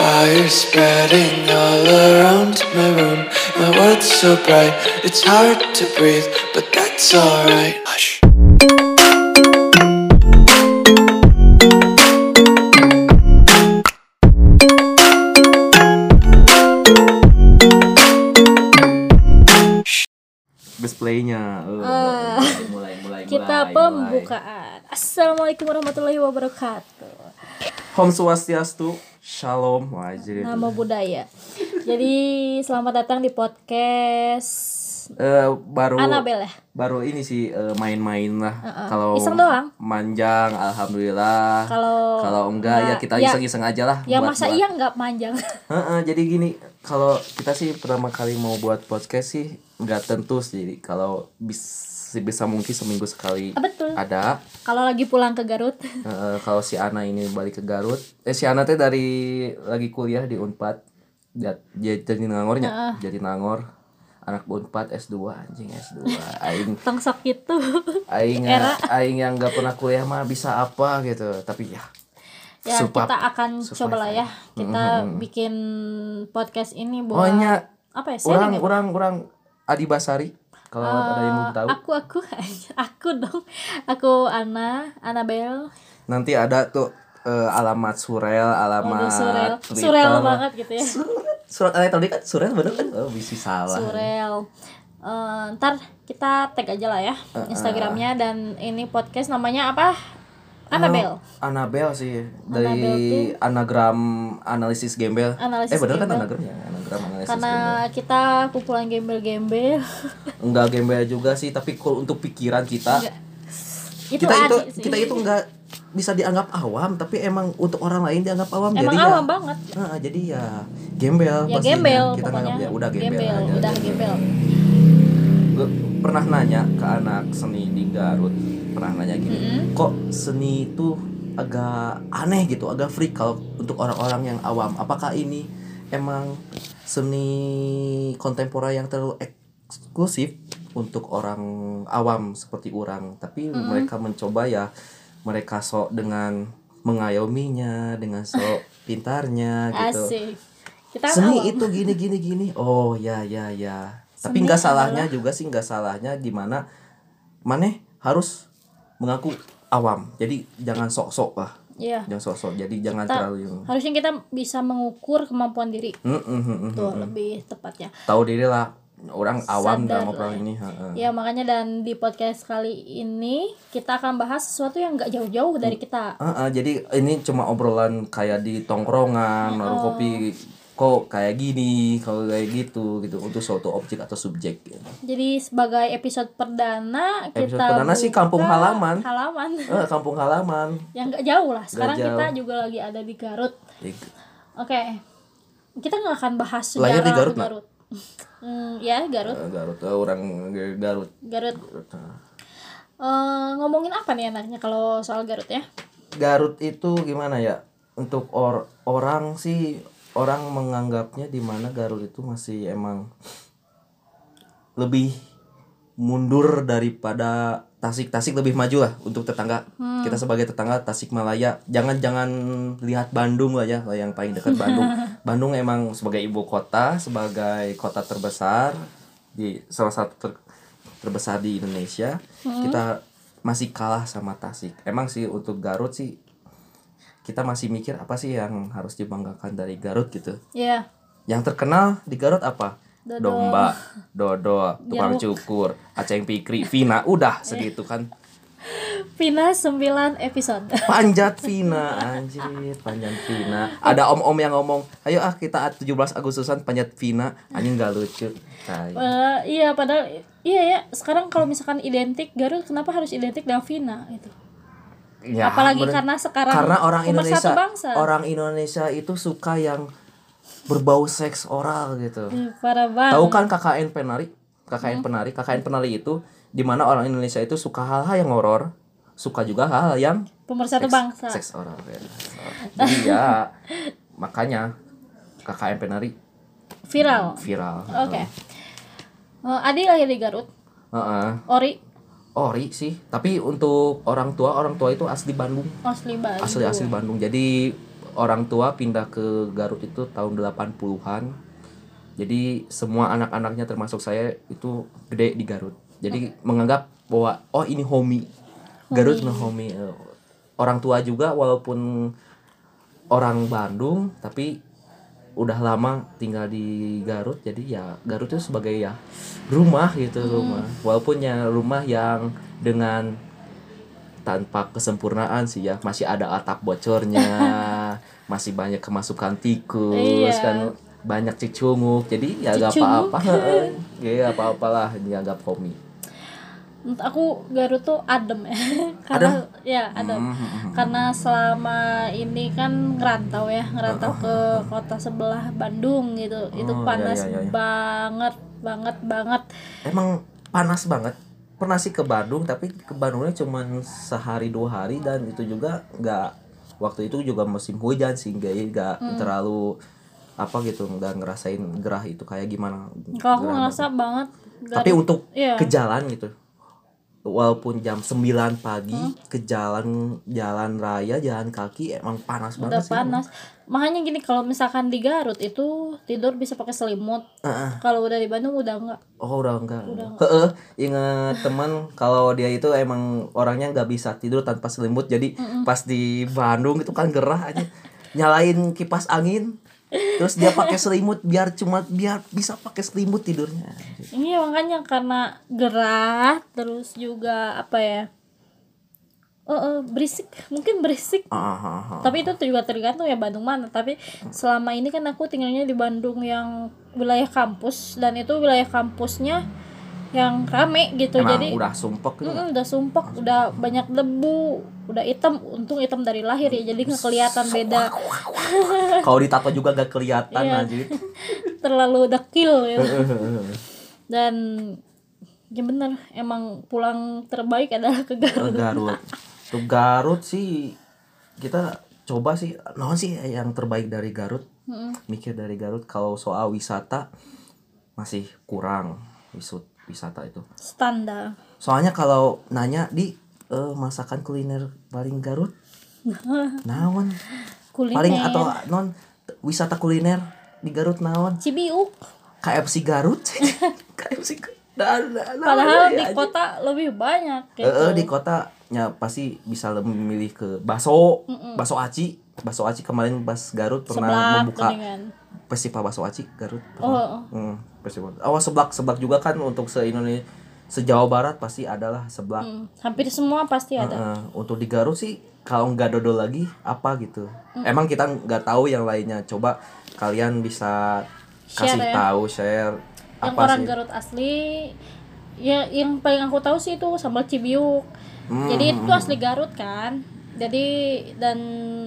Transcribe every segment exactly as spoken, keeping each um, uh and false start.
Fire spreading all around my room. My world's so bright, it's hard to breathe, but that's alright. Hush. Displaynya uh, uh, mulai mulai kita mulai, pembukaan mulai. Assalamualaikum warahmatullahi wabarakatuh. Om Swastiastu, Shalom, wajib. Nama budaya. Jadi selamat datang di podcast uh, baru Anabel ya. Baru ini sih uh, main-main lah. Uh-uh. Kalau iseng doang. Manjang, alhamdulillah. Kalau kalau enggak ya kita ya, iseng-iseng aja lah. Ya buat, masa buat. iya enggak panjang. Uh-uh, jadi gini, kalau kita sih pertama kali mau buat podcast sih nggak tentu sih. Kalau bisa bisa mungkin seminggu sekali ah, betul. ada. Kalau lagi pulang ke Garut. Uh, kalau si Ana ini balik ke Garut, eh si Ana teh dari lagi kuliah di Unpad, dia jadi Nangornya, uh. jadi Nangor, anak Unpad S dua anjing S dua, aing tangsok gitu. Aing aing yang nggak pernah kuliah mah bisa apa gitu, tapi ya. Ya supap, kita akan coba lah ya, kita mm-hmm. bikin podcast ini buat oh, nya, apa ya? Orang orang orang Adi Basari. Kalau uh, ada yang mau tahu. Aku aku aku dong. Aku Ana, Anabel. Nanti ada tuh uh, alamat surel, alamat oh, surel. Twitter. Surel banget gitu ya. Surat elektronik kan surel bener kan? Oh, bisa salah. Surel. Uh, ntar kita tag aja lah ya uh, Instagramnya, dan ini podcast namanya apa? Anabel. Uh, Anabel sih dari Anabel anagram analisis gembel. Analisis eh bener gembel. Kan anagramnya, anagram analisis karena gembel. Kita kumpulan gembel-gembel. Enggak gembel juga sih, tapi kalau untuk pikiran kita enggak. Itu kita itu sih. kita itu enggak bisa dianggap awam, tapi emang untuk orang lain dianggap awam. Emang jadi awam ya, banget. Nah, jadi ya gembel ya pastinya. Gembel, kita pokoknya ya udah gembel, gembel aja. Udah gembel. Gue pernah nanya ke anak seni di Garut, pernah nanya gini, mm-hmm. kok seni itu agak aneh gitu, agak freak kalau untuk orang-orang yang awam. Apakah ini emang seni kontemporer yang terlalu eksklusif untuk orang awam seperti orang? Tapi mm-hmm. mereka mencoba ya, mereka sok dengan mengayominya, dengan sok pintarnya gitu. Asik. Kita seni awam. Itu gini gini gini. Oh ya ya ya. Tapi nggak salahnya adalah... juga sih nggak salahnya gimana, maneh harus mengaku awam. Jadi jangan sok-sok lah. Iya. Jangan sok-sok. Jadi jangan kita, terlalu. Harusnya kita bisa mengukur kemampuan diri. Mm-mm, Tuh mm-mm. lebih tepatnya. Tahu diri lah. Orang awam dalam ya. obrolan ini. Ya makanya, dan di podcast kali ini kita akan bahas sesuatu yang nggak jauh-jauh dari kita. Uh, uh, jadi ini cuma obrolan kayak di tongkrongan, warung uh. kopi. Kok kayak gini, kalau kayak gitu gitu untuk suatu objek atau subjek. Gitu. Jadi sebagai episode perdana episode kita perdana sih kampung halaman. Halaman. Eh, kampung halaman. Yang nggak jauh lah. Sekarang jauh. Kita juga lagi ada di Garut. Oke. Okay. Kita nggak akan bahas sejarah lahir di Garut. Garut. hmm, ya Garut. Uh, Garut, uh, orang Garut. Garut. Garut. Uh, ngomongin apa nih enaknya kalau soal Garut ya? Garut itu gimana ya? Untuk or- orang sih. Orang menganggapnya di mana Garut itu masih emang lebih mundur daripada Tasik. Tasik lebih maju lah untuk tetangga. Hmm. Kita sebagai tetangga Tasikmalaya, jangan jangan lihat Bandung lah ya, yang paling dekat Bandung. Bandung emang sebagai ibu kota, sebagai kota terbesar di salah satu ter, terbesar di Indonesia, hmm. kita masih kalah sama Tasik. Emang sih untuk Garut sih kita masih mikir apa sih yang harus dibanggakan dari Garut gitu. Iya. Yeah. Yang terkenal di Garut apa? Dodo. Domba, dodo, tukang cukur, Aceng Pikri, Vina, udah segitu kan. Vina sembilan episode. Panjat Vina, anjir, panjat Vina. Ada om-om yang ngomong, "Ayo ah kita tujuh belas Agustusan panjat Vina." Anjing enggak lucu. Uh, iya padahal iya ya, sekarang kalau misalkan identik Garut, kenapa harus identik dengan Vina gitu? Ya, apalagi bener, karena sekarang karena orang Indonesia bangsa. orang Indonesia itu suka yang berbau seks oral gitu. Ya, parah banget. Tahu kan K K N Penari? K K N hmm. Penari, K K N Penari itu di mana orang Indonesia itu suka hal-hal yang horor, suka juga hal-hal yang pemersatu bangsa. Seks oral ya. Jadi ya makanya K K N Penari viral. Viral. Oke. Okay. Uh, Adi lahir di Garut. Uh-uh. Ori Ori sih, tapi untuk orang tua orang tua itu asli Bandung. Asli Bandung. Asli asli Bandung. Jadi orang tua pindah ke Garut itu tahun delapan puluhan. Jadi semua anak-anaknya termasuk saya itu gede di Garut. Jadi menganggap bahwa oh ini homie. Garut mah homie. Orang tua juga walaupun orang Bandung tapi udah lama tinggal di Garut, jadi ya Garut itu sebagai ya rumah gitu, hmm. rumah. Walaupun ya rumah yang dengan tanpa kesempurnaan sih ya, masih ada atap bocornya, masih banyak kemasukan tikus, iya. kan banyak cicunguk, jadi ya gak apa-apa, ya apa-apalah, dianggap homie. Menurut aku Garut tuh adem ya, karena adem? ya adem, hmm. karena selama ini kan ngerantau ya, ngerantau ke kota sebelah Bandung gitu, oh, itu panas ya, ya, ya. banget, banget, banget. Emang panas banget. Pernah sih ke Bandung, tapi ke Bandungnya cuma sehari dua hari dan itu juga nggak, waktu itu juga musim hujan sehingga nggak hmm. terlalu apa gitu, nggak ngerasain gerah itu kayak gimana. Kalau aku ngerasa banget. Tapi untuk iya. ke jalan gitu. Walaupun jam sembilan pagi hmm. ke jalan jalan raya, jalan kaki emang panas udah banget sih. Udah panas. Makanya gini, kalau misalkan di Garut itu tidur bisa pakai selimut. Uh-uh. Kalau udah di Bandung udah enggak. Oh, udah enggak. Heeh, ingat teman kalau dia itu emang orangnya enggak bisa tidur tanpa selimut. Jadi uh-uh. pas di Bandung itu kan gerah aja. Nyalain kipas angin. Terus dia pakai selimut biar cuma biar bisa pakai selimut tidurnya. Iya, makanya karena gerah, terus juga apa ya? Uh, uh, berisik, mungkin berisik. Uh, uh, uh, Tapi itu juga tergantung ya Bandung mana. Tapi selama ini kan aku tinggalnya di Bandung yang wilayah kampus, dan itu wilayah kampusnya yang rame gitu. Emang jadi udah sumpek gitu. Mm, udah sumpek, udah banyak debu, udah hitam. Untung hitam dari lahir ya, jadi nggak kelihatan beda. Kalau ditato juga gak kelihatan aja. Terlalu dekil ya. Dan ya bener, emang pulang terbaik adalah ke Garut. Garut. Tuh Garut sih kita coba sih, non sih yang terbaik dari Garut. Mm-hmm. Mikir dari Garut kalau soal wisata masih kurang wisut wisata itu. Standar. Soalnya kalau nanya di uh, masakan kuliner paling Garut, naon? Kuliner. Paling atau non wisata kuliner di Garut naon? Cibiuk. K F C Garut. K F C. Nah, nah, nah, Padahal di aja. Kota lebih banyak gitu. E, e, di kota ya pasti bisa lebih memilih ke bakso, Mm-mm. bakso aci, bakso aci kemarin pas Garut pernah Seblak, membuka dengan. Festival bakso aci Garut. Oh, oh. Hmm, festival. Oh, seblak, seblak juga kan untuk se-Indonesia, se-Jawa Barat pasti adalah seblak. Hmm, hampir semua pasti ada. Uh, uh, untuk di Garut sih kalau nggak dodol lagi apa gitu. Hmm. Emang kita nggak tahu yang lainnya. Coba kalian bisa kasih share, tahu, ya? share yang apa orang sih? Garut asli ya, yang paling aku tahu sih itu sambal cibiuk. Hmm. Jadi itu asli Garut kan. Jadi dan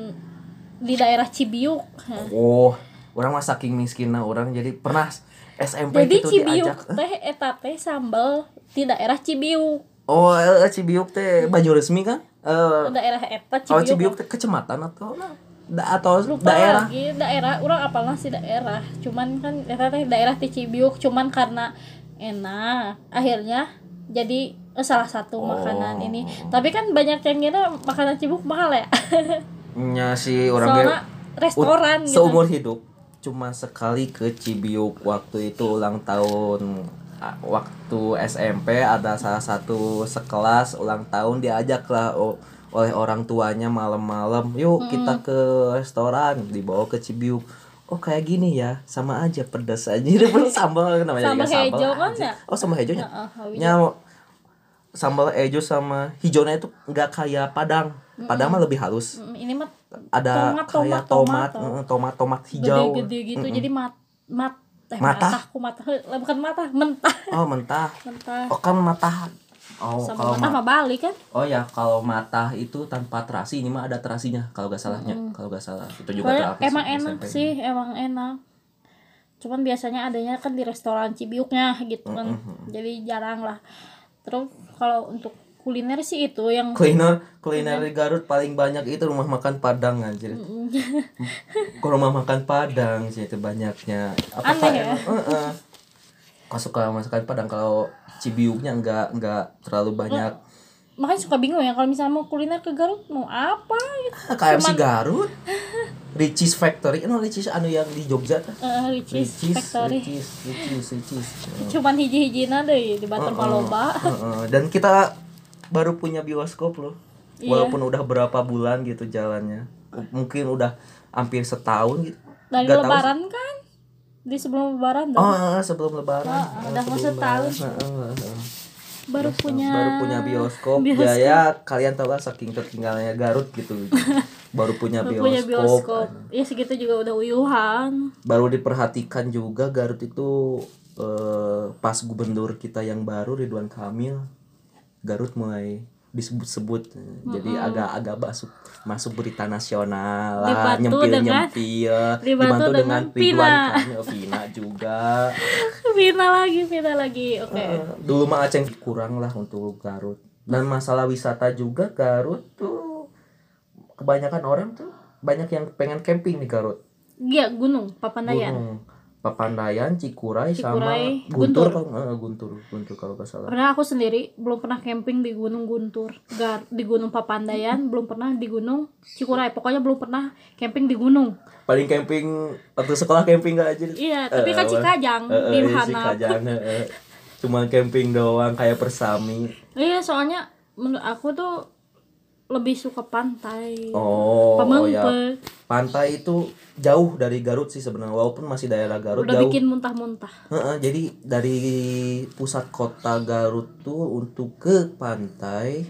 di daerah Cibiuk. Oh, orang mah saking miskinna orang jadi pernah S M P jadi gitu Cibiuk diajak. Teh eta teh sambal di daerah Cibiuk. Oh, eh, Cibiuk teh baju resmi kan? Uh, daerah eta Cibiuk. Oh, Cibiuk teh kecamatan atau da, atau lupa daerah? Lagi, daerah. Urang apalah sih daerah. Cuman kan eta teh daerah di Cibiuk, cuman karena enak akhirnya jadi eh, salah satu oh. makanan ini. Tapi kan banyak yang ngira makanan Cibiuk mahal ya. Nya si orang soalnya restoran gitu. Seumur hidup cuma sekali ke Cibiuk waktu itu ulang tahun, waktu S M P ada salah satu sekelas ulang tahun diajak lah oleh orang tuanya malam-malam, yuk hmm. kita ke restoran, dibawa ke Cibiuk. Oh kayak gini ya, sama aja pedas aja. Sambal namanya sambal hijau kan ya? Oh sambal hijaunya. Uh, uh, nya sambal hijau sama hijaunya itu nggak kayak Padang. Padang mah lebih halus. Ini mah ada tomat, kayak tomat, tomat, tomat, tomat hijau. Gede-gede gitu. Mm-mm. Jadi mat mat eh, matah. Matah, matah. Bukan matah, mentah. Oh, mentah. Mentah. Oh, kan matah. Oh, sama kalau matah mah Bali kan? Oh ya, kalau matah itu tanpa terasi, ini mah ada terasinya kalau enggak salahnya. Mm. Kalau enggak salah. Itu juga terapis. Emang enak S M P. Sih, emang enak. Cuman biasanya adanya kan di restoran Cibiuknya gitu kan. Mm-hmm. Jadi jarang lah. Terus kalau untuk kuliner sih itu yang kuliner kuliner di Garut paling banyak itu rumah makan Padang anjir. Kalau rumah makan Padang sih itu banyaknya. Apa aneh ya? Heeh. Kau suka masakan Padang, kalau Cibiuknya enggak enggak terlalu banyak makanya suka bingung ya kalau misalnya mau kuliner ke Garut mau apa gitu. K F C Garut, Ricis Factory, no Ricis anu yang di Jogja teh. Uh, Ricis Factory. Ricis, Ricis, Ricis. Cuman hiji-hijina deh di Batur Maloba. Uh, uh, uh, dan kita baru punya bioskop loh. Iya. Walaupun udah berapa bulan gitu jalannya. Mungkin udah hampir setahun gitu. Dari Gak lebaran tahu. kan? Di sebelum lebaran dong. Oh, uh, sebelum lebaran. Oh, uh, udah mau sebelum setahun. lebaran. Uh, uh, uh. Baru Biasa, punya baru punya bioskop, bioskop. Ya, ya kalian tahu lah saking tertinggalnya Garut gitu. Baru punya Baru bioskop. punya bioskop. Ya segitu juga udah uyuhan. Baru diperhatikan juga Garut itu eh, pas gubernur kita yang baru Ridwan Kamil, Garut mulai disebut-sebut. Mm-hmm. Jadi agak-agak masuk masuk berita nasional lah, nyempil-nyempil, dibantu dengan Ridwan Kamil, Vina juga. Vina lagi, Vina lagi. Oke. Okay. Uh, dulu mah Aceh kurang lah untuk Garut. Dan masalah wisata juga Garut tuh kebanyakan orang tuh banyak yang pengen camping di Garut. Iya, gunung, Papandayan. Gunung. Papandayan, Cikuray, Cikuray sama Guntur, Guntur. Kan? Uh, Guntur, Guntur kalau nggak salah. Pernah aku sendiri belum pernah camping di Gunung Guntur, Gar di Gunung Papandayan, belum pernah di Gunung Cikuray. Pokoknya belum pernah camping di gunung. Paling camping waktu sekolah camping nggak aja. Iya, tapi uh, kan Cikajang uh, di Hanap. Cikajang, uh, cuma camping doang kayak Persami. Iya, soalnya menurut aku tuh lebih suka pantai. Oh, oh ya. Pantai itu jauh dari Garut sih sebenarnya, walaupun masih daerah Garut. Udah jauh. Bikin muntah-muntah. Uh-uh, jadi dari pusat kota Garut tuh untuk ke pantai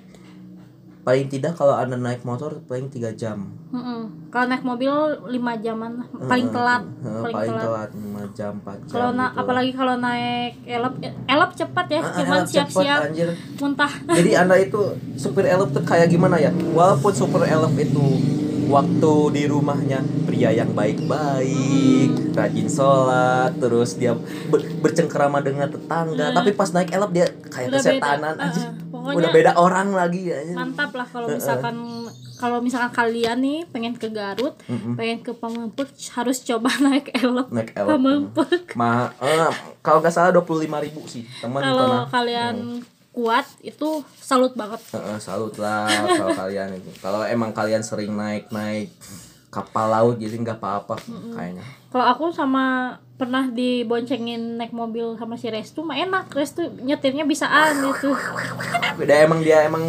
paling tidak kalau Anda naik motor paling tiga jam. Uh-uh. Kalau naik mobil lima jaman paling telat. Uh-uh, paling, paling telat lima jam empat jam. Kalau na- gitu. apalagi kalau naik elop elop cepat ya, uh, cuman siap-siap cepet, muntah. Jadi Anda itu supir elop tuh kayak gimana ya? Walaupun supir elop itu waktu di rumahnya pria yang baik-baik, rajin sholat, terus dia ber- bercengkerama dengan tetangga, uh, tapi pas naik elop dia kayak kesetanan aja. Uh, udah beda orang lagi ya. Mantap lah kalau misalkan uh-uh. kalau misalkan kalian nih pengen ke Garut, uh-uh. pengen ke Pamengpeuk, harus coba naik elop. Naik elop. Pamengpeuk. Ma, uh, kalau nggak salah dua puluh lima ribu sih, teman. Kalau kalian uh. kuat itu salut banget. Uh, salut lah kalau kalian itu. Kalau emang kalian sering naik-naik kapal laut jadi nggak apa-apa mm-hmm. kayaknya. Kalau aku sama pernah diboncengin naik mobil sama si Restu, mah enak. Restu nyetirnya bisaan gitu. Beda emang dia emang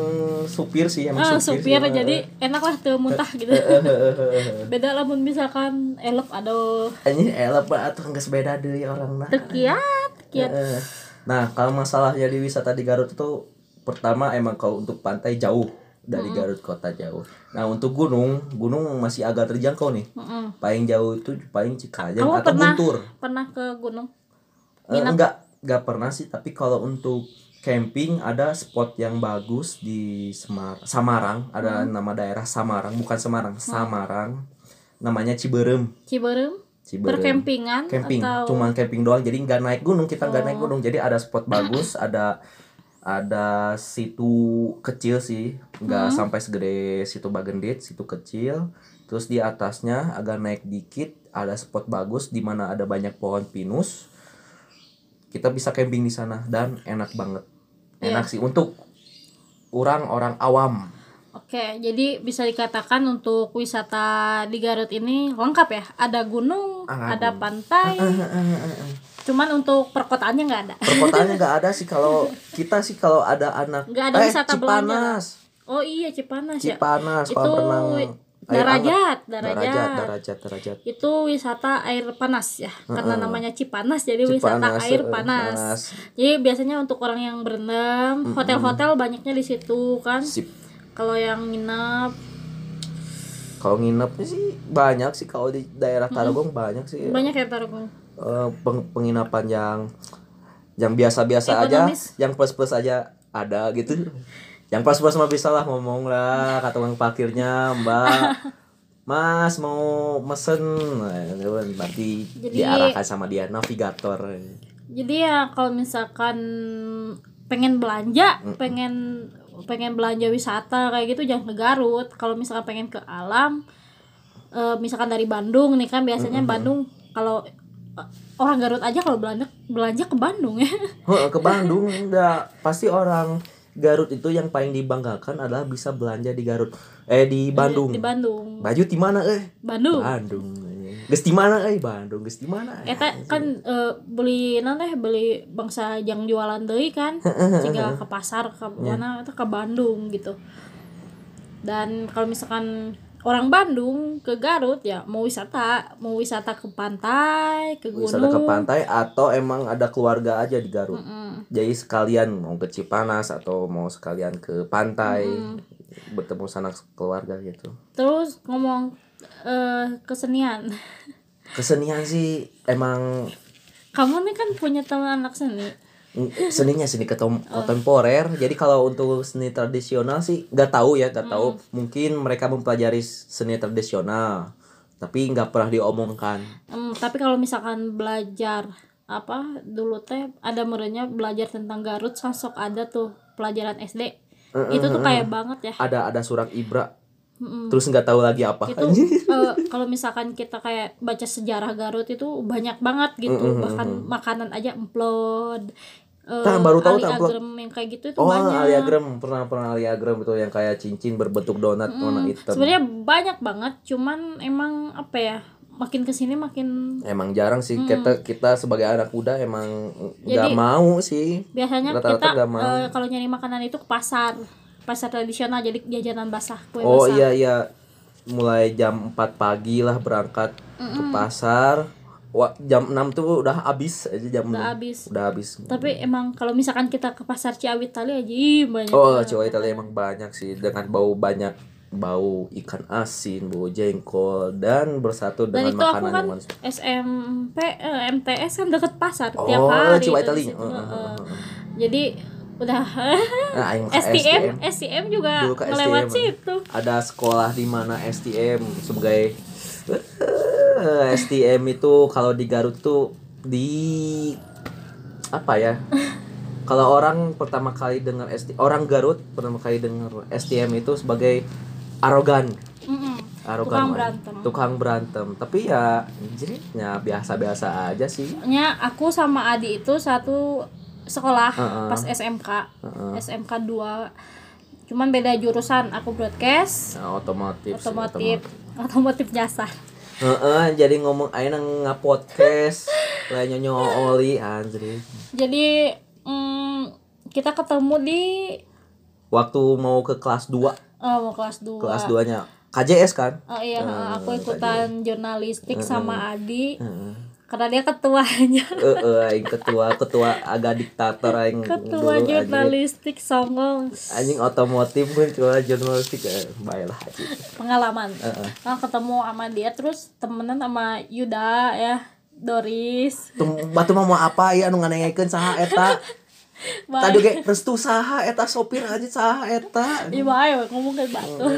supir sih, emang uh, supir. supir sih, jadi uh, enak lah tuh muntah gitu. Beda lah mun misalkan elop aduh. Ini elop atau nggak sebeda deh orang nah. Tekiat, tekiat. Uh, Nah, kalau masalahnya di wisata di Garut itu pertama emang kalau untuk pantai jauh dari mm-hmm. Garut kota jauh. Nah, untuk gunung, gunung masih agak terjangkau nih. Mm-hmm. Paling jauh itu paling Cikajang Kamu atau pernah, Guntur. Pernah ke gunung? Uh, enggak, enggak pernah sih, tapi kalau untuk camping ada spot yang bagus di Semar- Samarang, ada mm-hmm. nama daerah Samarang, bukan Semarang, mm-hmm. Samarang. Namanya Ciberem. Ciberem? Ciberem. Bercampingan camping atau cuman camping doang, jadi nggak naik gunung, kita nggak oh. naik gunung, jadi ada spot bagus, ada ada situ kecil sih, nggak hmm. sampai segede situ Bagendit, situ kecil, terus di atasnya agak naik dikit ada spot bagus di mana ada banyak pohon pinus, kita bisa camping di sana dan enak banget, enak yeah. sih untuk orang-orang awam. Oke, jadi bisa dikatakan untuk wisata di Garut ini lengkap ya. Ada gunung, ah, ada gunung. Pantai. Ah, ah, ah, ah, ah. Cuman untuk perkotaannya nggak ada. Perkotaannya nggak ada sih kalau kita sih kalau ada anak. Nggak ada eh, wisata Cipanas. belanja. Oh iya Cipanas, Cipanas ya. Cipanas, itu Darajat, darajat, darajat, darajat, darajat. Itu wisata air panas ya, uh-uh. karena namanya Cipanas jadi Cipanas, wisata air panas. panas. Jadi biasanya untuk orang yang berenang, uh-uh. hotel-hotel banyaknya di situ kan. Sip. Kalau yang nginep, kalau nginep sih banyak sih kalau di daerah Tarogong hmm. banyak sih. Banyak ya Tarogong. Uh, peng- penginapan yang yang biasa-biasa Ekonomis. aja, yang plus-plus aja ada gitu. Yang plus-plus mah bisa lah ngomong lah kata tukang parkirnya, Mbak. Mas mau mesen, nah, berarti jadi, diarahkan sama dia navigator. Jadi ya kalau misalkan pengen belanja, mm-mm. pengen pengen belanja wisata kayak gitu jangan ke Garut. Kalau misalkan pengen ke alam, e, misalkan dari Bandung nih kan biasanya mm-hmm. Bandung kalau e, orang Garut aja kalau belanja belanja ke Bandung ya. Ke Bandung enggak pasti orang Garut itu yang paling dibanggakan adalah bisa belanja di Garut. Eh di Bandung. Di Bandung. Baju di mana eh? Bandung. Bandung. Geus di mana eh? Bandung geus di mana? Eta kan uh, beli non teh beli bangsa jang jualan deui kan. Ciga ke pasar ke mana eta ke Bandung gitu. Dan kalau misalkan orang Bandung ke Garut ya mau wisata, mau wisata ke pantai, ke gunung. Wisata ke pantai atau emang ada keluarga aja di Garut. Mm-mm. Jadi sekalian mau ke Cipanas atau mau sekalian ke pantai, mm-mm. bertemu sanak keluarga gitu. Terus ngomong uh, kesenian. Kesenian sih emang. Kamu nih kan punya teman anak seni. Seninya seni ketom- kontemporer. Jadi kalau untuk seni tradisional sih nggak tahu ya, nggak tahu. Hmm. Mungkin mereka mempelajari seni tradisional, tapi nggak pernah diomongkan. Hmm, tapi kalau misalkan belajar apa dulu teh ada merenya belajar tentang Garut, sosok ada tuh pelajaran S D. Mm-hmm. Itu tuh kayak banget ya. Ada ada surat Ibra. Mm-hmm. Terus nggak tahu lagi apa. Itu uh, kalau misalkan kita kayak baca sejarah Garut itu banyak banget gitu. Mm-hmm. Bahkan makanan aja emplod. Uh, nah, baru tahu aliagrem yang kayak gitu itu oh, banyak. Oh, aliagrem pernah pernah aliagrem itu yang kayak cincin berbentuk donat mm, warna hitam. Sebenarnya banyak banget, cuman emang apa ya? Makin kesini makin emang jarang sih mm. kita kita sebagai anak muda emang nggak mau sih. Biasanya rata-rata kita uh, kalau nyari makanan itu ke pasar, pasar tradisional jadi jajanan basah, kue oh, basah. Oh iya iya, mulai jam empat pagi lah berangkat Mm-mm. ke pasar. Wah, jam enam tuh udah habis aja jam udah enam. habis. Udah habis. Tapi emang kalau misalkan kita ke pasar Ciawit tali aja ih, banyak. Oh, Ciawit tali emang banyak sih dengan bau banyak bau ikan asin, bau jengkol dan bersatu dan dengan makanan kan yang manis. S M P eh, M T S kan deket pasar oh, tiap hari. Oh, Ciawit tali. Uh, uh, uh. Jadi udah nah, S T M S T M juga ngelewat situ. Ada sekolah di mana S T M sebagai S T M itu kalau di Garut tuh di apa ya? Kalau orang pertama kali dengar S T M, orang Garut pertama kali dengar S T M itu sebagai arogan. Mm-mm. Arogan. Tukang berantem. Tukang berantem. Tapi ya jeritnya biasa-biasa aja sih. Nya aku sama Adi itu satu sekolah uh-uh. pas S M K. Uh-uh. S M K dua. Cuman beda jurusan, aku broadcast. Nah, otomotif. Otomotif. Otomotif jasa. Heeh, jadi ngomong ayeuna nga-podcast, lainnya nyooli anjir. Jadi mm, kita ketemu di waktu mau ke kelas dua. Oh, mau kelas dua. Kelas dua-nya K J S kan? Oh iya, uh, aku ikutan jurnalistik uh, sama Adi. Uh, Karena dia ketuanya. Heeh, uh, aing ketua, ketua agak diktator aing. Ketua dulu, jurnalistik songong. Anjing otomotif pun ketua jurnalistik eh, baiklah aja. Pengalaman. Uh-uh. Nah, ketemu sama dia terus temenan sama Yuda ya, Doris. Tum batu mah mau apa ya anu nganengekeun saha eta? Tadi ge restu saha eta sopir aja saha eta. Iya bae ngomong ke batu.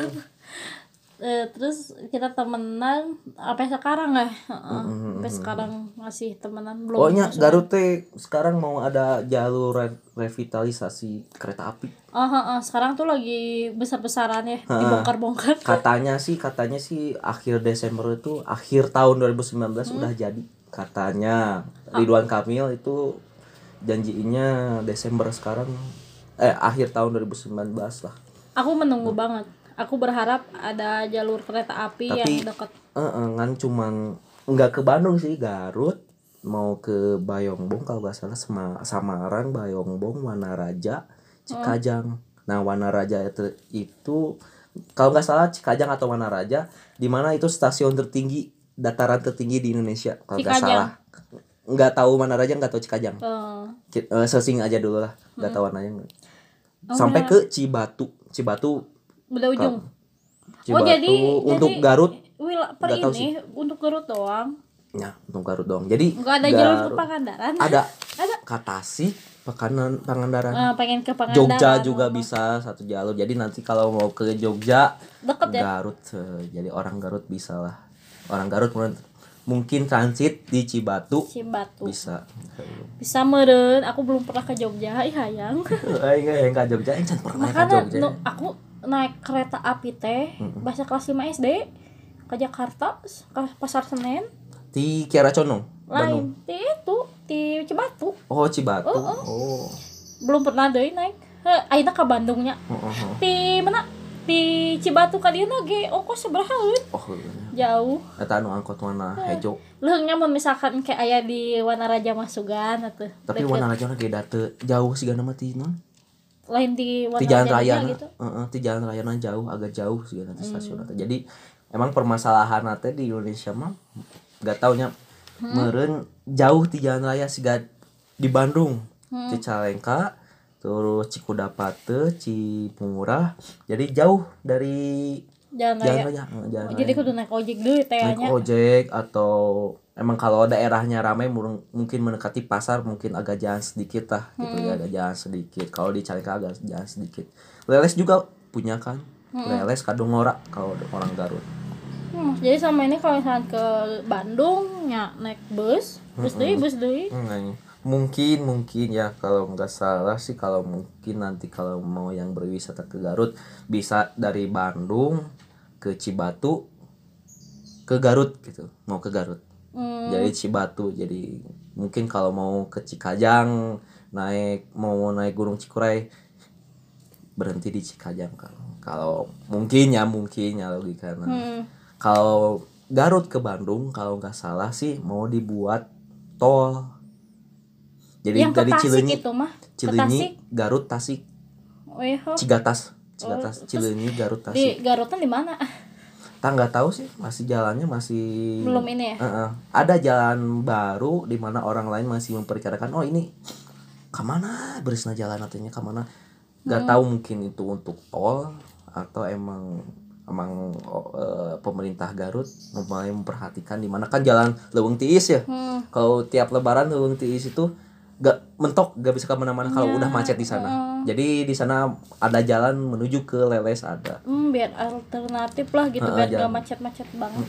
Uh, terus kita temenan apa sekarang ya? Uh, mm-hmm. Sampai sekarang masih temenan belum. Oh nya Garut teh sekarang mau ada jalur re- revitalisasi kereta api. Oh, uh, uh, sekarang tuh lagi besar-besaran ya, uh, dibongkar-bongkar. Katanya sih, katanya sih akhir Desember itu, akhir tahun dua ribu sembilan belas hmm. udah jadi katanya. Ridwan Kamil itu janjinya Desember sekarang eh akhir tahun dua ribu sembilan belas lah. Aku menunggu hmm. banget. Aku berharap ada jalur kereta api tapi, yang dekat. Uh, kan cuman nggak ke Bandung sih, Garut mau ke Bayongbong kalau nggak salah, Sem- Samarang, Bayongbong, Wanaraja, Cikajang. Oh. Nah Wanaraja itu, itu kalau nggak salah Cikajang atau Wanaraja, di mana itu stasiun tertinggi, dataran tertinggi di Indonesia kalau nggak salah. Nggak tahu Wanaraja, nggak tahu Cikajang. Oh. C- uh, searching aja dulu lah data hmm. warnanya. Oh, sampai bener. Ke Cibatu, Cibatu. Udah ujung. Cibatu, oh jadi untuk jadi, Garut wil, per ini untuk Garut doang. Ya, untuk Garut doang. Jadi enggak ada Garut, jalur ke Pangandaran. Ada. Ada. Ke Tasik, Pekanan, Pangandaran. Uh, pengen ke Pangandaran. Jogja juga oh. bisa satu jalur. Jadi nanti kalau mau ke Jogja, deket ya. Garut. Jadi orang Garut bisa lah. Orang Garut mungkin transit di Cibatu. Cibatu. Bisa. Bisa meureun. Aku belum pernah ke Jogja, ih hayang. Aing enggak ke Jogja, aing can pernah ke Jogja. No, aku naik kereta api teh mm-hmm. bahasa kelas lima S D ke Jakarta ke Pasar Senen di Kiara Condong lain di itu di Cibatu. Oh Cibatu. oh, oh. oh. Belum pernah deh naik Heh, ayeuna ka Bandungnya. Heeh. Di mana? Di Cibatu ka dieu ge ongkos sabaraha euy? Oh, Jauh. eta anu angkot warna hejo. Leungnya mun misalkan kayak aya di Wanaraja Masugan atuh. Tapi deket. warna rajana ge teu jauh sigana mah ti non. Lain di Di jalan Wanaraja raya gitu. heeh, ti jalan rayana jauh, agak jauh sigana ti stasiun eta. Jadi emang permasalahan teh di Indonesia mah enggak taunya meureun jauh ti jalan raya siga di Bandung. Hmm. Cicalengka terus Cikudapate, Cimurah. Jadi jauh dari Jalan jalan raya. raya, heeh, jalan Jadi raya. kudu naik ojek deui teh Naik nya. ojek atau emang kalau daerahnya ramai mur- mungkin mendekati pasar mungkin agak jalan sedikit lah gitu ya, agak jalan sedikit. Kalau di Cicalengka agak jalan sedikit. Leles juga punya kan. Leles Kadungora kalau orang Garut. Hmm, jadi sama ini kalau misalkan ke Bandung nya naik bus, bus deui, bus deui. Hmm, mungkin mungkin ya kalau nggak salah sih, kalau mungkin nanti kalau mau yang berwisata ke Garut bisa dari Bandung ke Cibatu ke Garut gitu, mau ke Garut. Hmm. Jadi Cibatu, jadi mungkin kalau mau ke Cikajang naik mau naik Gunung Cikuray berhenti di Cikajang kalau kalau mungkin ya mungkin ya logikanya. Hmm. Kalau Garut ke Bandung kalau nggak salah sih mau dibuat tol. Jadi Yang ke dari Tasik Cileunyi, itu mah, ke Cileunyi, Tasik. Garut, Tasik, Oh iya. ho. Cigatas, Cigatas, Oh, terus Cileunyi, Garut, Di Tasik. Garutan di mana? Tak nggak tahu sih, masih jalannya masih Belum ini ya? Heeh. Ada jalan baru di mana orang lain masih memperkirakan oh ini kemana berisna jalan artinya kemana. Nggak tahu mungkin itu untuk tol atau emang emang oh, eh, pemerintah Garut mulai memperhatikan di mana kan jalan Leuweung Tiis ya. Hmm. Kalau tiap lebaran Leuweung Tiis itu gak mentok, gak bisa kemana-mana kalau udah macet di sana. Jadi di sana ada jalan menuju ke Leles ada. Hmm, biar alternatif lah gitu, Heeh, biar jalan. gak macet-macet banget.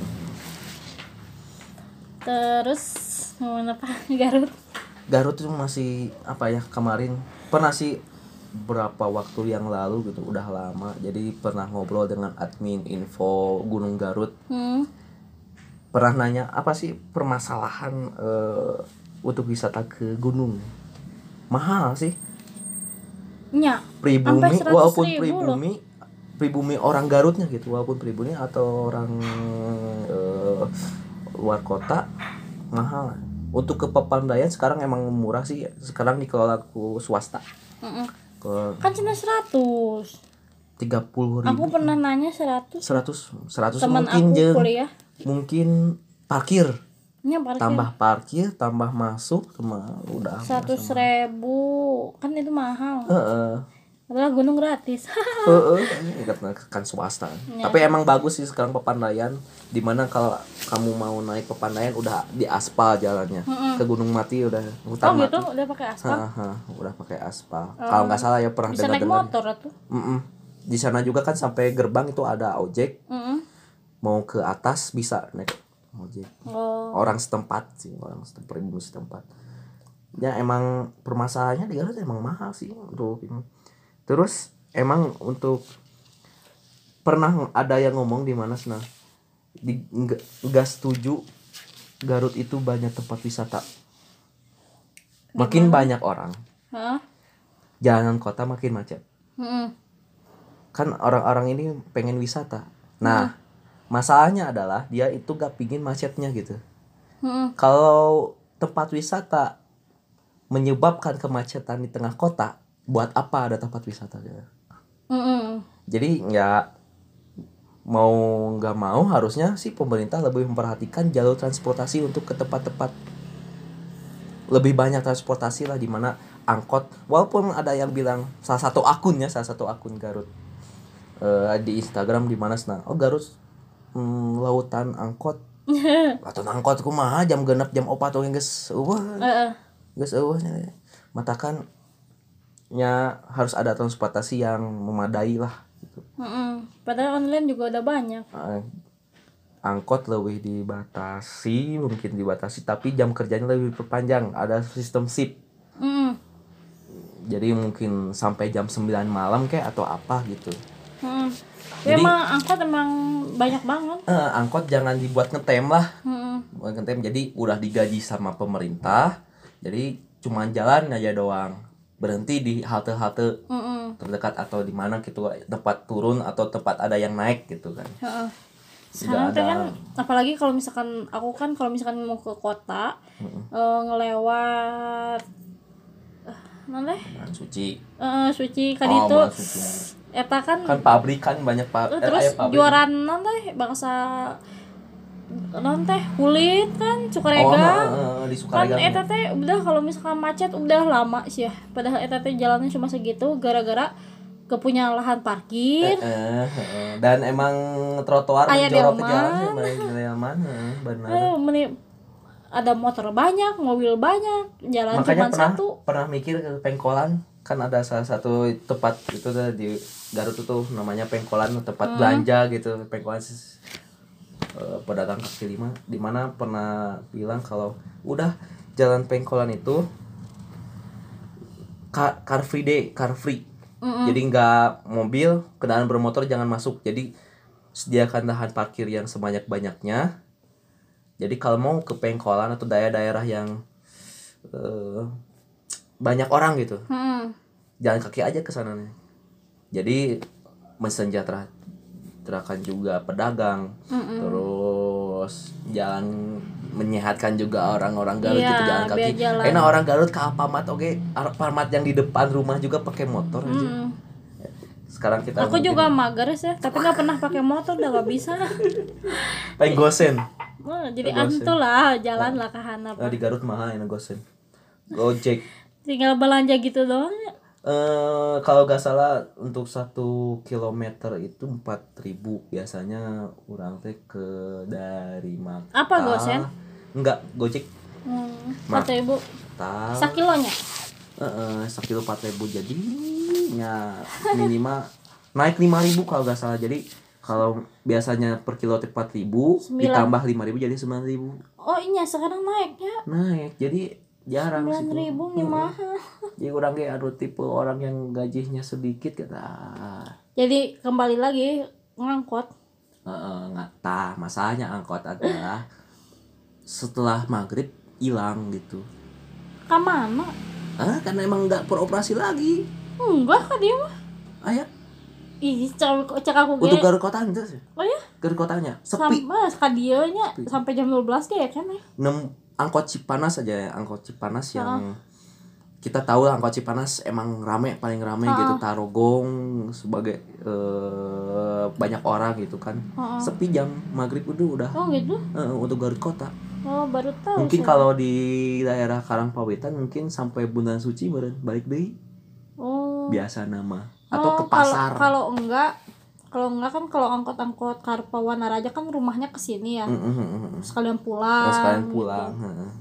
Terus gimana Pak Garut? Garut itu masih apa ya, kemarin pernah sih berapa waktu yang lalu gitu, udah lama. Jadi pernah ngobrol dengan admin info Gunung Garut. Hmm. Pernah nanya apa sih permasalahan eh, untuk wisata ke gunung. Mahal sih. Nya. Pribumi Sampai seratus walaupun ribu pribumi pribumi orang Garutnya gitu, walaupun pribumi atau orang eh, luar kota mahal. Untuk ke Papandayan sekarang emang murah sih, sekarang dikelola ku swasta. Mm-mm. Ke Kan cuma seratus. tiga puluh Aku ribu. pernah nanya seratus. Seratus seratus Teman mungkin aku jeung kuliah. mungkin parkir, Nya parkir. tambah parkir tambah masuk cuma udah Seratus ribu. Kan itu mahal. heeh. Padahal gunung gratis. Heeh, karena kan swasta. Tapi emang bagus sih sekarang Papandayan, dimana kalau kamu mau naik Papandayan udah di aspal jalannya. Ke Gunung Mati udah Oh hutan gitu, mati. udah pakai aspal. Heeh, udah pakai aspal. Kalau nggak salah ya pernah Bisa naik dengar-dengar. motor atuh. Mm-mm. Di sana juga kan sampai gerbang itu ada ojek. Mm-mm. Mau ke atas bisa naik ojek. Oh. Orang setempat sih, orang setempat, pribumi setempat. Ya emang permasalahannya di Garut emang mahal sih untuk ini. Terus emang untuk pernah ada yang ngomong di mana sana di nggak nggak setuju Garut itu banyak tempat wisata. Makin banyak orang, Hah? jalanan kota makin macet. Mm-mm. Kan orang-orang ini pengen wisata. Nah, masalahnya adalah dia itu gak pingin macetnya gitu. Mm-mm. Kalau tempat wisata menyebabkan kemacetan di tengah kota, buat apa ada tempat wisata gitu. Mm-mm. Jadi ya mau nggak mau harusnya sih pemerintah lebih memperhatikan jalur transportasi untuk ke tempat-tempat lebih banyak transportasi lah, di mana angkot, walaupun ada yang bilang salah satu akunnya salah satu akun Garut eh, di Instagram di mana senang oh Garut hmm, lautan angkot lautan angkot kumaha jam genep jam opat tuh geus eueuh Heeh. geus eueuh matakan nya harus ada transportasi yang memadai lah gitu. Mm-mm. Padahal online juga udah banyak. Uh, angkot lebih dibatasi, mungkin dibatasi, tapi jam kerjanya lebih perpanjang, ada sistem shift. Mm-mm. Jadi mungkin sampai jam sembilan malam kayak atau apa gitu. Mm-mm. Ya Jadi- emang angkot emang banyak banget. Uh, angkot jangan dibuat ngetem lah. Mm-mm. Buat ngetem, jadi udah digaji sama pemerintah. Jadi cuma jalan aja doang. berhenti di halte-halte Mm-mm. terdekat atau di mana gitu tempat turun atau tempat ada yang naik gitu kan. Heeh. Sekarang teh kan apalagi kalau misalkan aku kan kalau misalkan mau ke kota eh, ngelewat eh, mana teh? Bulan Suci. Eh, Suci kan Oh, itu Bulan Suci. eta kan, Kan pabrik kan banyak pa- eh, eh, terus aya pabrik. juaran non teh bangsa non teh kulit kan Oh, Sukaregang. heeh, di Kan Sukaregang. eta teh udah kalau misalkan macet udah lama sih ya. Padahal eta teh jalannya cuma segitu gara-gara kepunya lahan parkir. Eh, eh, dan emang trotoar Aya menjorok ke delman. jalan sih banyak delman, heeh, benar. Eh, meni- ada motor banyak, mobil banyak, jalan Makanya cuma pernah satu. pernah mikir ke Pengkolan, kan ada salah satu tempat itu tuh di Garut itu tuh namanya Pengkolan, tempat belanja gitu. Pengkolan eh, pedagang kaki lima, di mana pernah bilang kalau udah jalan Pengkolan itu car, car free day, car free. Jadi nggak mobil, kendaraan bermotor jangan masuk. Jadi sediakan lahan parkir yang sebanyak-banyaknya. Jadi kalau mau ke Pengkolan atau daerah-daerah yang eh, banyak orang gitu, Hmm. jalan kaki aja ke sana. Jadi mensejahterakan juga pedagang, terus jalan menyehatkan juga orang-orang Garut Iya, gitu jalan kaki. biar jalan. Enak orang Garut ke Alfamart, oke, Alfamart yang di depan rumah juga pakai motor aja. Hmm. Sekarang kita Aku mungkin juga mager sih, tapi nggak pernah pakai motor, udah nggak bisa. pengen gosen. Oh, jadi Gosen. antu lah, jalan lah ke Hana. Nah, di Garut mahal ya gosen. Gojek. Tinggal belanja gitu doang ya. Eh kalau gak salah untuk satu kilometer itu empat ribu biasanya orang teh ke dari Maktal. Apa gosen? Enggak, Gojek. Hmm, Mak- empat ribu. Maktal. Sakilonya? Heeh, sekilo empat ribu jadi ya minimal naik lima ribu kalau gak salah. Jadi kalau biasanya per kilo empat ribu Sembilan. ditambah lima ribu jadi sembilan ribu. Oh iya, sekarang naiknya Naik. Jadi jarang sih. sembilan ribu nih mahal. Jadi orang kayak aduh tipe orang yang gajinya sedikit kata. Jadi kembali lagi ngangkot. Heeh, nggak tah masalahnya angkot adalah setelah maghrib hilang gitu. Kemana? Ah, karena emang nggak beroperasi lagi. Enggak kan dia mah. Ayah, Ih, cek cek aku untuk ge. Garut kota itu sih. Oh ya? Garut kotanya sepi. Sama skadianya sampai jam dua belas ge ya kan ya. Nem angkot Cipanas aja ya, angkot Cipanas yang kita tahu lah angkot Cipanas emang rame, paling rame gitu, Tarogong sebagai eh, banyak orang gitu kan. Sepi jam maghrib udah udah Oh gitu. eh, untuk Garut kota. Oh, baru tahu. Mungkin saya. kalau di daerah Karangpawitan mungkin sampai Bundaran Suci beren balik deui Oh. biasa nama atau Oh, ke pasar. Kalau kalau enggak, kalau enggak kan kalau angkot-angkot Karpa Wanaraja kan rumahnya ke sini ya. Mm, mm, mm, mm. Sekalian pulang. Terus sekalian gitu. pulang. heeh.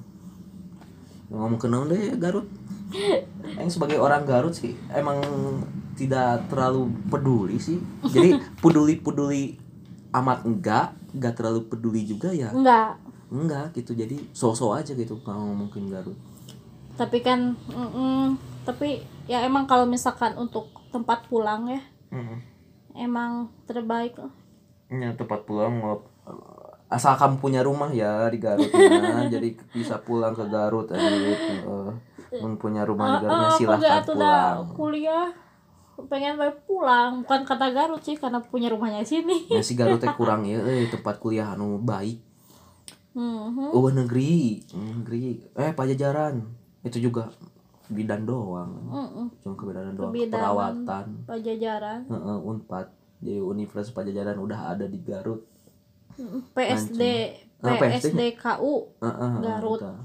Ngomong ke naon deh Garut. Yang sebagai orang Garut sih emang tidak terlalu peduli sih. Jadi peduli-peduli amat enggak, enggak terlalu peduli juga ya. Enggak. Enggak gitu. Jadi so-so aja gitu kalau ngomongin Garut. Tapi kan mm-mm, tapi ya emang kalau misalkan untuk tempat pulang ya Heeh. emang terbaik lah. Ya tempat pulang mau asal kamu punya rumah ya di Garut ya. Jadi bisa pulang ke Garut aja gitu. Punya rumah di Garut Ah, ah, silahkan aku udah pulang. kuliah pengen baik pulang, bukan kata Garut sih karena punya rumahnya di sini. Ya si Garut teh kurang ya eh tempat kuliah anu baik. Mhm. Oh negeri, negeri. Eh Pajajaran. Itu juga bidan doang. Mm-mm. Cuma kebidanan doang, Kebidanan. perawatan. Pajajaran, Heeh, Unpad. Jadi Universitas Pajajaran udah ada di Garut. P S D, Ah, P S D K U. Heeh. Garut. udah.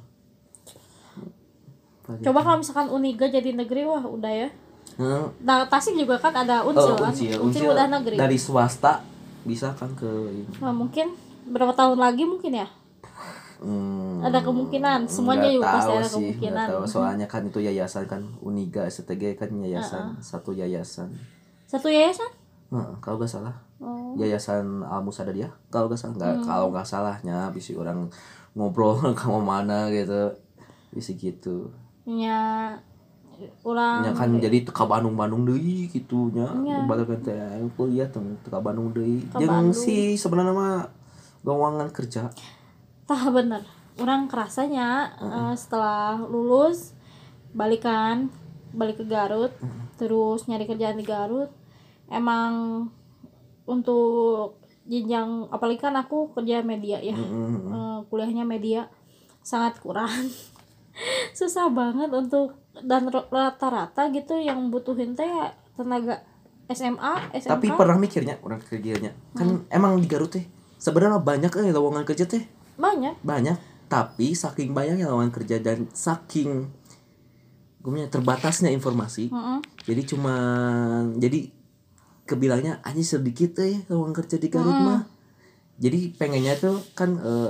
Pajajaran. Coba kalau misalkan Uniga jadi negeri wah udah ya. Heeh. Nah, Tasik juga kan ada Unsil Oh, kan. Unsil. Unsil Unsil udah negeri. dari swasta bisa kan ke Nah, mungkin berapa tahun lagi mungkin ya? Hmm, Ada kemungkinan. Semuanya nggak juga pasti tahu ada sih, kemungkinan. nggak tahu. Soalnya kan itu yayasan kan Uniga S T G kan yayasan, satu yayasan. Satu yayasan? Nah, kalau nggak salah. Oh. Yayasan Al Musadadiah kalau nggak salah nggak kalau nggak salahnya bisa orang ngobrol ke mana gitu bisa gitu Ya ulang. ya kan jadi ke Bandung Bandung deui gitu nya Nya. balik teh kuliah tuh ke Bandung deui Ke jeung Bandung. si sebenarnya mah lowongan kerja. Tah bener. Orang kerasanya eh, setelah lulus balikan balik ke Garut, terus nyari kerjaan di Garut. Emang untuk jenjang, apalagi kan aku kerja media ya, Mm-mm. eh, kuliahnya media, sangat kurang. Susah banget untuk, dan ro- rata-rata gitu yang butuhin teh tenaga S M A, S M K. Tapi pernah mikirnya orang kerjanya kan emang di Garut teh sebenarnya banyak eh lowongan kerja teh banyak. banyak, tapi saking banyaknya lowongan kerja dan saking gimana terbatasnya informasi, Mm-mm. jadi cuma jadi kebilangnya aja sedikit eh lowongan kerja di Garut mah. Jadi pengennya tuh kan eh,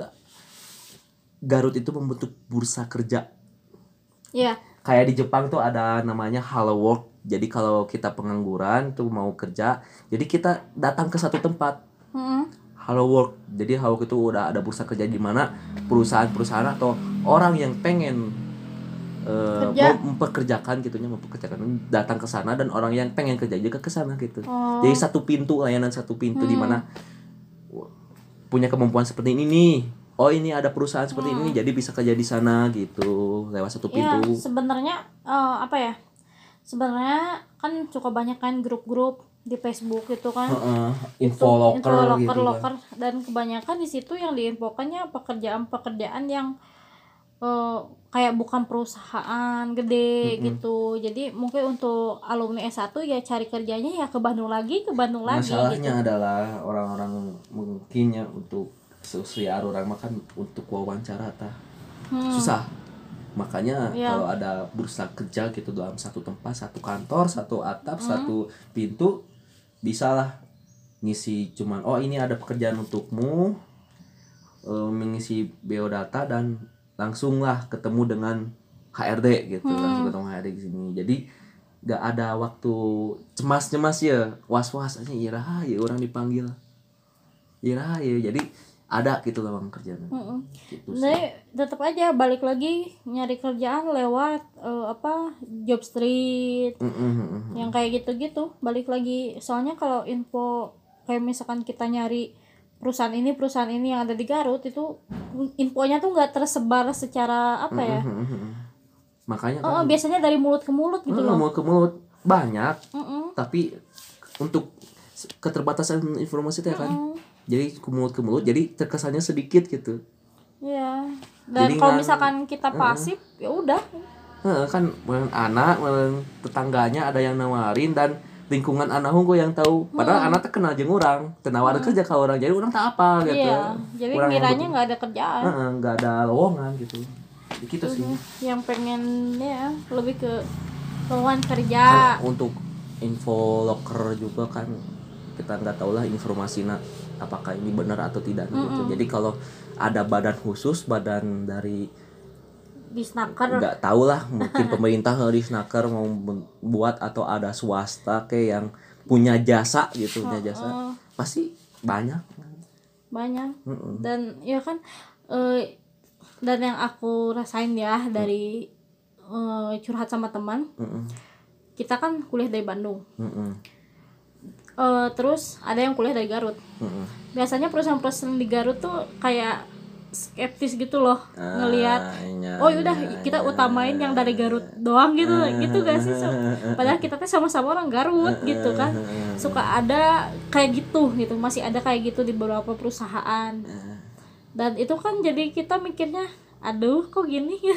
Garut itu membentuk bursa kerja. Iya. Kayak di Jepang tuh ada namanya Hello Work. Jadi kalau kita pengangguran tuh mau kerja, jadi kita datang ke satu tempat. Mm-mm. Hello Work. Jadi Hello Work itu udah ada bursa kerja di mana perusahaan-perusahaan atau orang yang pengen eh, Kerja. mau mempekerjakan gitunya, mempekerjakan datang ke sana, dan orang yang pengen kerja juga ke sana gitu. Oh. Jadi satu pintu, layanan satu pintu di mana punya kemampuan seperti ini nih. Oh, ini ada perusahaan seperti ini, jadi bisa kerja di sana gitu lewat satu Ya pintu. sebenarnya eh, apa ya? Sebenarnya kan cukup banyak kan grup-grup di Facebook itu kan. Heeh, Itu, info locker, info locker, gitu kan. locker. Dan kebanyakan di situ yang diinfokannya pekerjaan-pekerjaan yang eh, kayak bukan perusahaan gede gitu. Jadi mungkin untuk alumni S satu ya cari kerjanya ya ke Bandung lagi, ke Bandung lagi gitu. Masalahnya adalah orang-orang mungkinnya untuk seusia orang makan untuk wawancara tah susah. Makanya Iya. kalau ada bursa kerja gitu dalam satu tempat, satu kantor, satu atap, satu pintu, bisalah ngisi cuman oh ini ada pekerjaan untukmu, eh, mengisi biodata dan langsunglah ketemu dengan H R D gitu, langsung ketemu H R D di sini. Jadi gak ada waktu cemas-cemas ya, was-was aja iraha ya orang dipanggil. Iraha ya, jadi ada gitu lowongan kerjaan. Gitu sih. Jadi tetap aja balik lagi nyari kerjaan lewat eh, apa Jobstreet Mm-mm. yang kayak gitu-gitu, balik lagi. Soalnya kalau info kayak misalkan kita nyari perusahaan ini perusahaan ini yang ada di Garut itu infonya tuh nggak tersebar secara apa ya. Makanya Oh, kan biasanya dari mulut ke mulut gitu mm, loh. mulut ke mulut banyak, Mm-mm. tapi untuk keterbatasan informasi teh kan. Jadi ke mulut ke mulut, jadi terkesannya sedikit gitu. Iya. Dan Jadi kalau ngan- misalkan kita pasif ya udah. Heeh, kan meureun anak, meureun tetangganya ada yang nawarin dan lingkungan anak hungku yang tahu. Padahal anak teh kenal jeung urang, teu nawarin kerja ka urang. Jadi urang teh apa gitu. Iya. Jadi Urang yang miranya butuh- nggak ada kerjaan. Heeh, nggak ada lowongan gitu. Gitu sih. Yang pengen ya lebih ke lowongan kerja. Kan untuk info locker juga kan kita nggak tahu lah informasinya apakah ini benar atau tidak gitu. Jadi kalau ada badan khusus, badan dari Di snaker. nggak tahu lah, mungkin pemerintah di snaker mau men- buat atau ada swasta kayak yang punya jasa gitu, punya jasa pasti banyak. Banyak. Dan ya kan eh, dan yang aku rasain ya dari eh, curhat sama teman, Mm-mm. kita kan kuliah dari Bandung. Mm-mm. Eh, terus ada yang kuliah dari Garut. Mm-mm. Biasanya perusahaan-perusahaan di Garut tuh kayak skeptis gitu loh Ah, ngelihat. iya, Oh yaudah iya, kita iya. utamain yang dari Garut doang gitu, gitu gak sih? So, padahal kita tuh sama-sama orang Garut gitu kan. Suka ada kayak gitu gitu, masih ada kayak gitu di beberapa perusahaan. Dan itu kan jadi kita mikirnya, aduh kok gini ya.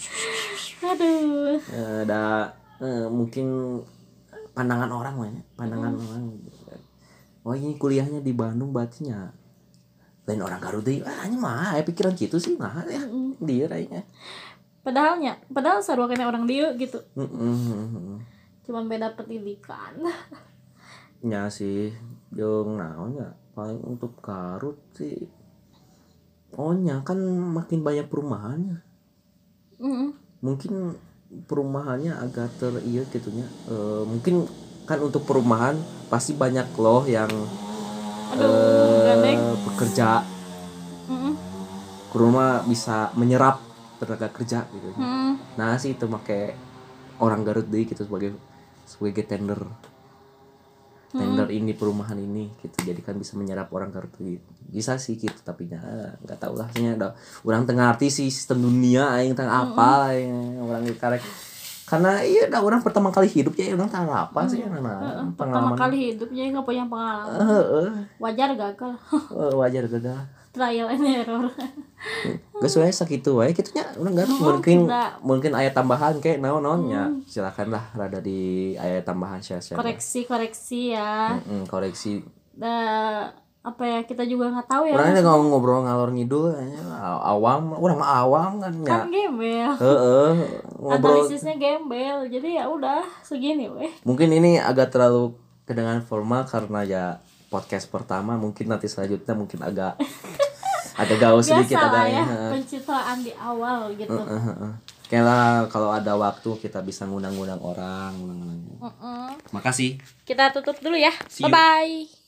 Aduh. Eh, ada eh, mungkin pandangan orang banyak, pandangan orang. Oh ini kuliahnya di Bandung berartinya lain orang Garut deh. Ah, ini mah ya pikiran gitu sih mah ya. Dia kayaknya. Padahalnya, padahal sarua kena orang dia gitu. Mm-mm. Cuman beda pendidikan. Ya sih, jeung naon ya paling untuk Garut sih. Oh nya kan makin banyak perumahannya. Mm-mm. Mungkin perumahannya agak ter iya gitunya. E, mungkin kan untuk perumahan pasti banyak loh yang Aduh, gandeng. eh, bekerja. Mm-mm. Ke rumah bisa menyerap tenaga kerja gitu. Mm-mm. Nah sih itu make orang Garut deh gitu sebagai sebagai tender tender ini perumahan ini gitu, jadi kan bisa menyerap orang Garut gitu. Bisa sih gitu, tapi ya nggak tahu lah, nya ada orang tengah arti sih sistem dunia aing tengah apa aing orang karek karena iya dah orang pertama kali hidup ya orang tahu apa sih Hmm. nah, Heeh, pertama pengalaman kali hidupnya nggak punya pengalaman. Heeh. Wajar gagal. Eh, wajar gagal Trial and error. geus we sakitu wae kitunya urang garuk Oh, mungkin tidak. mungkin aya tambahan kayak naon-naonnya silakan lah rada di aya tambahan share-share Koreksi koreksi ya. Mm, koreksi Da, apa ya kita juga nggak tahu ya. orangnya ngomong ngobrol ngalor ngidul anya, awam urang mah awam kan ya Kan gembel. heeh ngobrol Analisisnya gembel. Jadi ya udah segini weh. mungkin ini agak terlalu kedengaran formal karena ya podcast pertama mungkin nanti selanjutnya mungkin agak agak gaul sedikit Biasa lah ada ya heeh. pencitraan di awal gitu. Heeh, heeh. Kayaknya kalau ada waktu kita bisa ngundang-ngundang orang. Mm-mm. Makasih. Kita tutup dulu ya. See you. Bye bye.